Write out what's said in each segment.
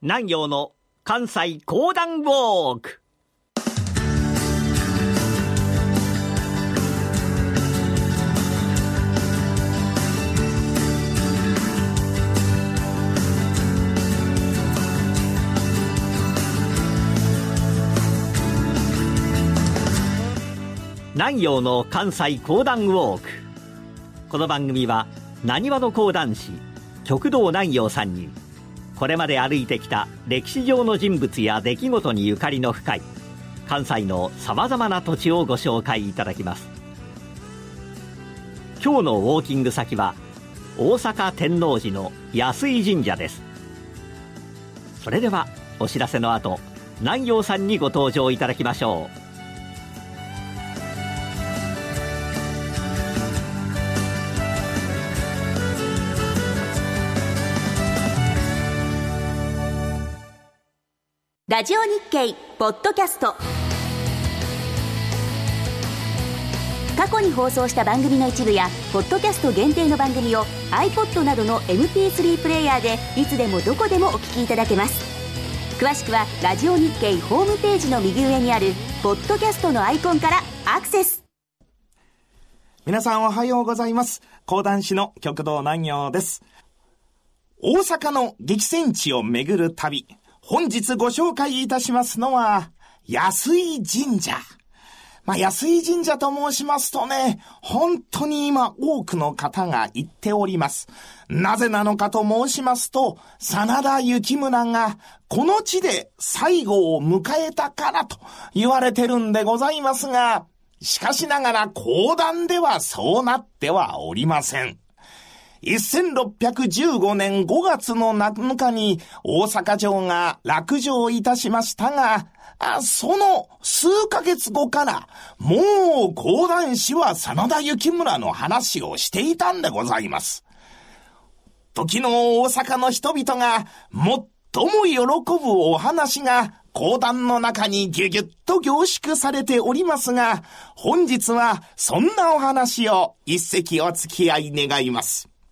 南陽の関西講談ウォーク。南陽の関西講談ウォーク。この番組はなにわの講談師旭堂南陽さんに、これまで歩いてきた歴史上の人物や出来事にゆかりの深い関西のさまざまな土地をご紹介いただきます。今日のウォーキング先は大阪天王寺の安井神社です。それではお知らせの後、南陽さんにご登場いただきましょう。 ラジオ日経ポッドキャスト、過去に放送した番組の一部やポッドキャスト限定の番組を iPod などの MP3 プレイヤーでいつでもどこでもお聞きいただけます。詳しくはラジオ日経ホームページの右上にあるポッドキャストのアイコンからアクセス。 皆さんおはようございます。講談師の旭堂南陽です。大阪の激戦地を巡る旅、本日ご紹介いたしますのは安井神社。安井神社と申しますとね、本当に今多くの方が行っております。なぜなのかと申しますと、真田幸村がこの地で最後を迎えたからと言われてるんでございますが、しかしながら講談ではそうなってはおりません。1615年5月の7日に大阪城が落城いたしましたが、その数ヶ月後からもう講談師は真田幸村の話をしていたんでございます。時の大阪の人々が最も喜ぶお話が講談の中にギュギュッと凝縮されておりますが、本日はそんなお話を一席お付き合い願います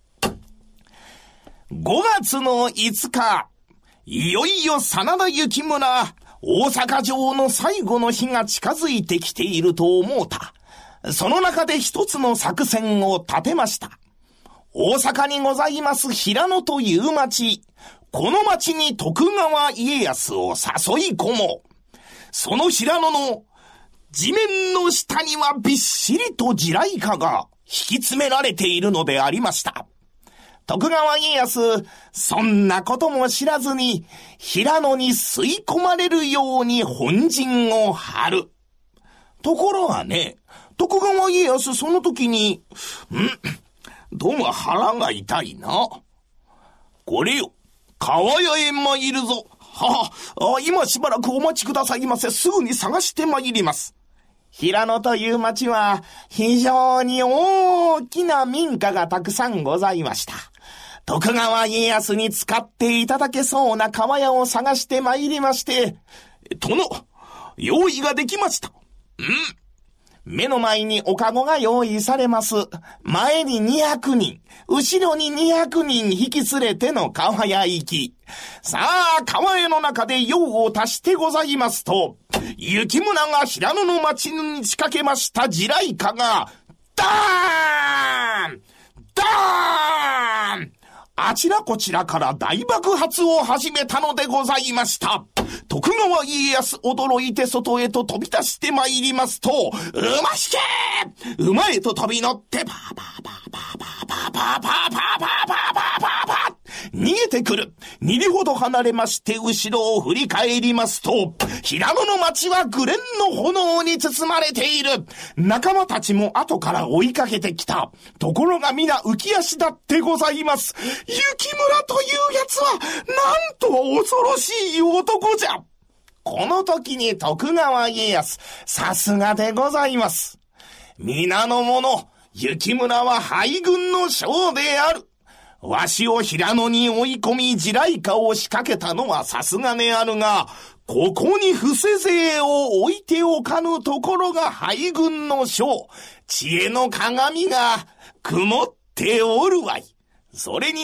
。5月の5日、いよいよ真田幸村、大阪城の最後の日が近づいてきていると思うた。その中で一つの作戦を立てました。大阪にございます平野という町、この町に徳川家康を誘い込もう。その平野の地面の下にはびっしりと地雷花が引き詰められているのでありました。徳川家康、そんなことも知らずに、平野に吸い込まれるように本陣を張る。ところがね、徳川家康その時に、どうも腹が痛いな。これよ、川屋へ参るぞ。今しばらくお待ちくださいませ。すぐに探して参ります。平野という町は非常に大きな民家がたくさんございました。徳川家康に使っていただけそうな川屋を探して参りまして、殿、用意ができました。目の前におかごが用意されます。前に200人、後ろに200人引き連れての川屋行き。さあ、川屋の中で用を足してございますと、幸村が平野の町に仕掛けました地雷花が、ダーンダーン、あちらこちらから大爆発を始めたのでございました。徳川家康驚いて外へと飛び出して参りますと、馬引け、馬へと飛び乗ってパーパーパーパーパーパーパーパーパーパーパーパーパーパー逃げてくる。2里ほど離れまして後ろを振り返りますと、平野の町は紅蓮の炎に包まれている。仲間たちも後から追いかけてきた。ところが皆浮き足だってございます。幸村というやつはなんと恐ろしい男じゃ。この時に徳川家康、さすがでございます。皆の者、幸村は敗軍の将である。わしを平野に追い込み地雷花を仕掛けたのはさすがであるが、ここに伏せ勢を置いておかぬところが敗軍の将、知恵の鏡が曇っておるわい。それにな、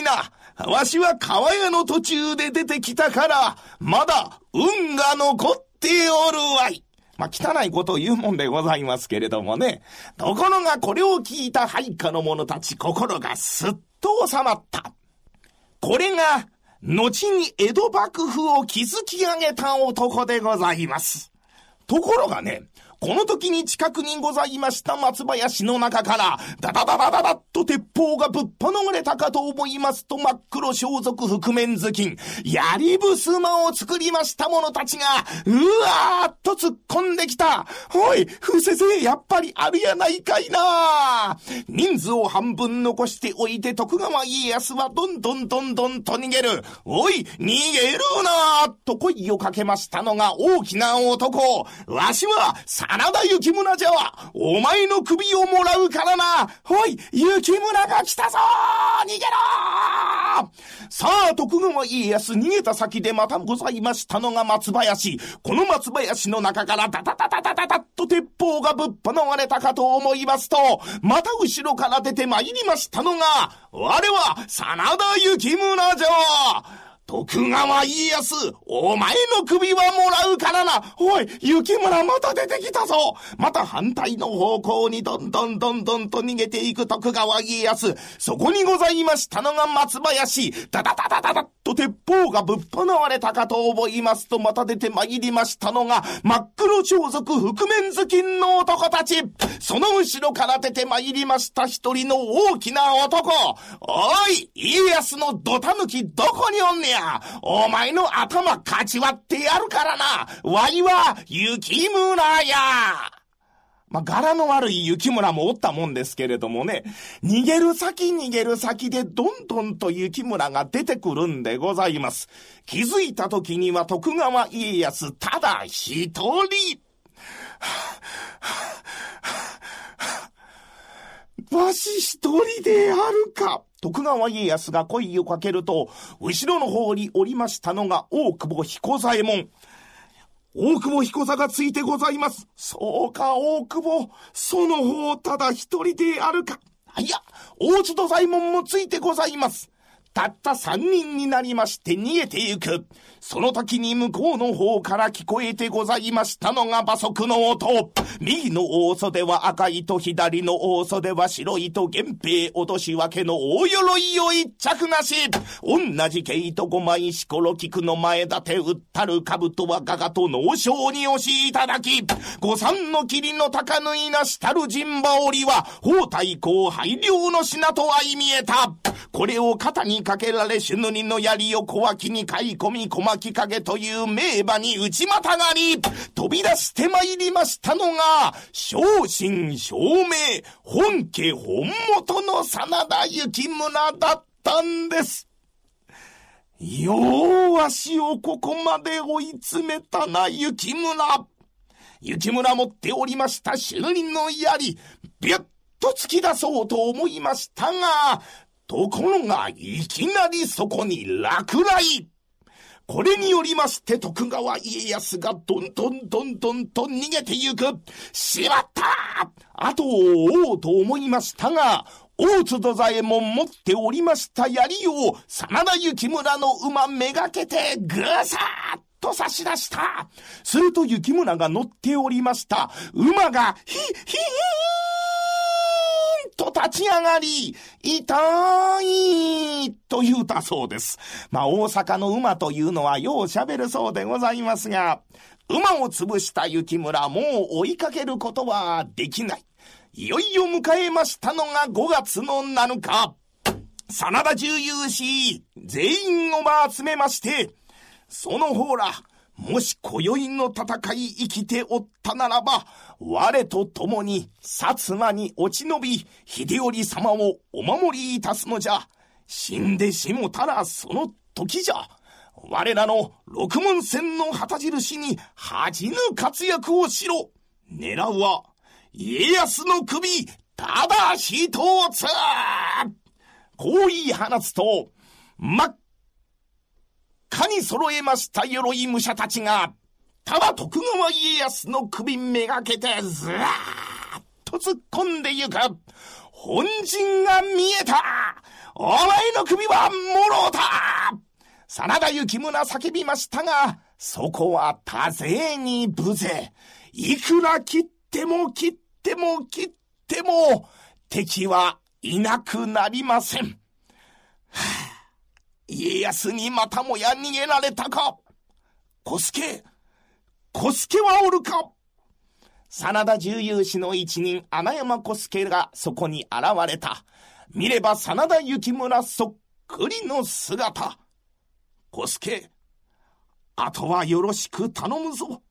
わしは川屋の途中で出てきたから、まだ運が残っておるわい。汚いことを言うもんでございますけれどもね。ところがこれを聞いた配下の者たち、心がすっと収まった。これが、後に江戸幕府を築き上げた男でございます。ところがね、この時に近くにございました松林の中から、ダダダダダダッと鉄砲がぶっ放れたかと思いますと、真っ黒装束覆面頭巾、槍襖を作りました者たちが、うわーっと突っ込んできた。おい、風先生、やっぱりあるやないかいな。人数を半分残しておいて、徳川家康はどんどんと逃げる。おい、逃げるなと声をかけましたのが大きな男。わしは、真田幸村じゃわ。お前の首をもらうからな。おい、幸村が来たぞ。逃げろ。さあ、徳川家康逃げた先でまたございましたのが松林。この松林の中からダダダダダダダッと鉄砲がぶっ放れたかと思いますと、また後ろから出て参りましたのが、我は真田幸村じゃわ。徳川家康、お前の首はもらうからな。おい、幸村また出てきたぞ。また反対の方向にどんどんと逃げていく徳川家康。そこにございましたのが松林。ダダダダダダッと鉄砲がぶっ放れたかと思いますと、また出て参りましたのが真っ黒装束覆面頭巾の男たち。その後ろから出て参りました一人の大きな男。おい、家康のドタ抜きどこにおんねや。お前の頭かち割ってやるからな。わいは幸村や。柄の悪い幸村もおったもんですけれどもね、逃げる先でどんどんと幸村が出てくるんでございます。気づいた時には徳川家康ただ一人。わし一人であるか。徳川家康が声をかけると、後ろの方におりましたのが大久保彦左衛門。大久保彦左がついてございます。そうか、大久保、その方ただ一人であるか。いや、大津戸左衛門もついてございます。たった3人になりまして逃げてゆく。その時に向こうの方から聞こえてございましたのが馬足の音。右の大袖は赤いと左の大袖は白いと源平落とし分けの大鎧を一着なし。同じ毛糸5枚しころ菊の前立て打ったる兜はガガと脳将に押しいただき。五三の霧の高縫いなしたる陣羽織は包帯甲拝領の品と相見えた。これを肩にかけられ朱塗りの槍を小脇に買い込み小巻影という名馬に内またがり飛び出して参りましたのが正真正銘本家本元の真田幸村だったんです。ようわしをここまで追い詰めたな幸村。幸村持っておりました朱塗りの槍ビュッと突き出そうと思いましたが、ところがいきなりそこに落雷。これによりまして徳川家康がどんどんと逃げてゆく。しまった!後を追おうと思いましたが、大津戸左衛門持っておりました槍を真田幸村の馬めがけてぐさーっと差し出した。すると幸村が乗っておりました馬がヒーと立ち上がり、痛いと言うたそうです。大阪の馬というのはよう喋るそうでございますが、馬を潰した幸村、もう追いかけることはできない。いよいよ迎えましたのが5月の7日。真田重勇士全員を集めまして、その方ら、もし今宵の戦い生きておったならば、我と共に薩摩に落ち延び、秀頼様をお守りいたすのじゃ。死んでしもたらその時じゃ。我らの六文銭の旗印に恥じぬ活躍をしろ。狙うは家康の首ただ一つ。こう言い放つと、真っ赤に揃えました鎧武者たちが、ただ徳川家康の首めがけてずらーっと突っ込んでゆく。本陣が見えた。 お前の首はもろうた。真田幸村叫びましたが、そこは多勢に無勢。いくら切っても切っても切っても、敵はいなくなりません。家康にまたもや逃げられたか。小助はおるか。真田重勇士の一人穴山小助がそこに現れた。見れば真田幸村そっくりの姿。小助、あとはよろしく頼むぞ。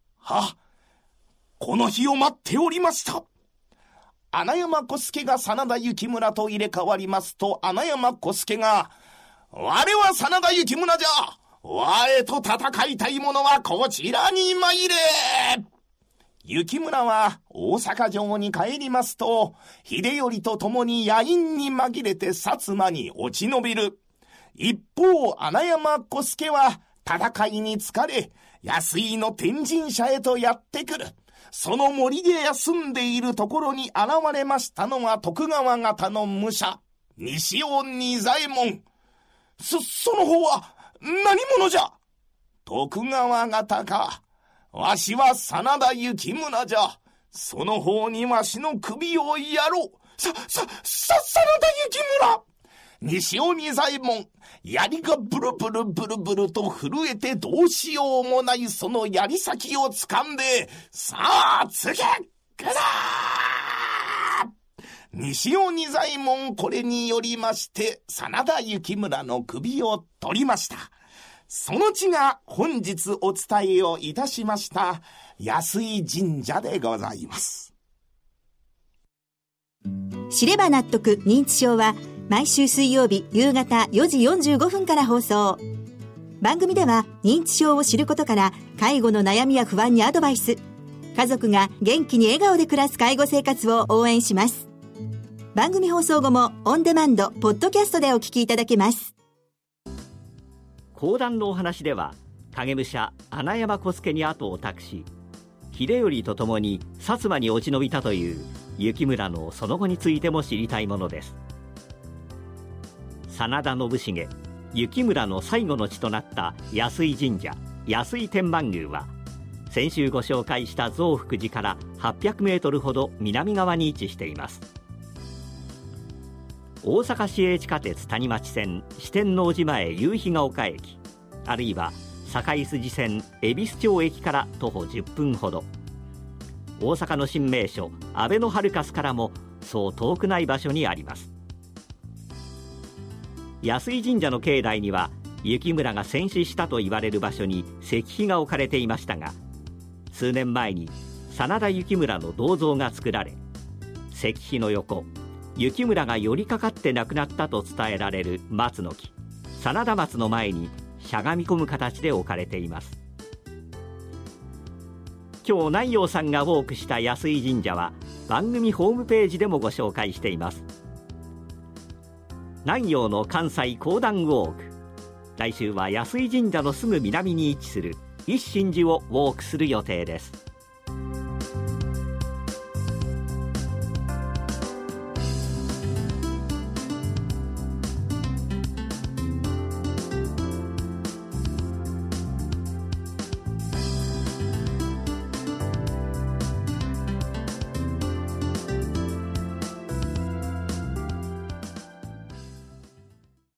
この日を待っておりました。穴山小助が真田幸村と入れ替わりますと、穴山小助が、我は真田幸村じゃ。我と戦いたい者はこちらに参れ。幸村は大阪城に帰りますと、秀頼と共に野因に紛れて薩摩に落ち延びる。一方、穴山小助は戦いに疲れ、安井の天神社へとやってくる。その森で休んでいるところに現れましたのは徳川方の武者、西尾仁左衛門。その方は何者じゃ。徳川方か。わしは真田幸村じゃ。その方にわしの首をやろう。真田幸村。西尾仁左衛門、槍がブルブルブルブルと震えてどうしようもないその槍先を掴んで、さあ、次くだ西尾仁左衛門、これによりまして、真田幸村の首を取りました。その地が本日お伝えをいたしました安井神社でございます。 知れば納得認知症は毎週水曜日夕方4時45分から放送。番組では認知症を知ることから介護の悩みや不安にアドバイス、家族が元気に笑顔で暮らす介護生活を応援します。番組放送後もオンデマンドポッドキャストでお聞きいただけます。 講談のお話では、影武者穴山小助に後を託し、秀頼と共に薩摩に落ち延びたという幸村のその後についても知りたいものです。真田信繁、幸村の最後の地となった安井神社、安井天満宮は、先週ご紹介した増福寺から800メートルほど南側に位置しています。大阪市営地下鉄谷町線四天王寺前夕日が丘駅、あるいは堺筋線恵比寿町駅から徒歩10分ほど、大阪の新名所あべのハルカスからもそう遠くない場所にあります。安井神社の境内には幸村が戦死したと言われる場所に石碑が置かれていましたが、数年前に真田幸村の銅像が作られ、石碑の横、幸村が寄りかかって亡くなったと伝えられる松の木、真田松の前にしゃがみ込む形で置かれています。今日南陽さんがウォークした安井神社は番組ホームページでもご紹介しています。南陽の関西講談ウォーク、来週は安井神社のすぐ南に位置する一心寺をウォークする予定です。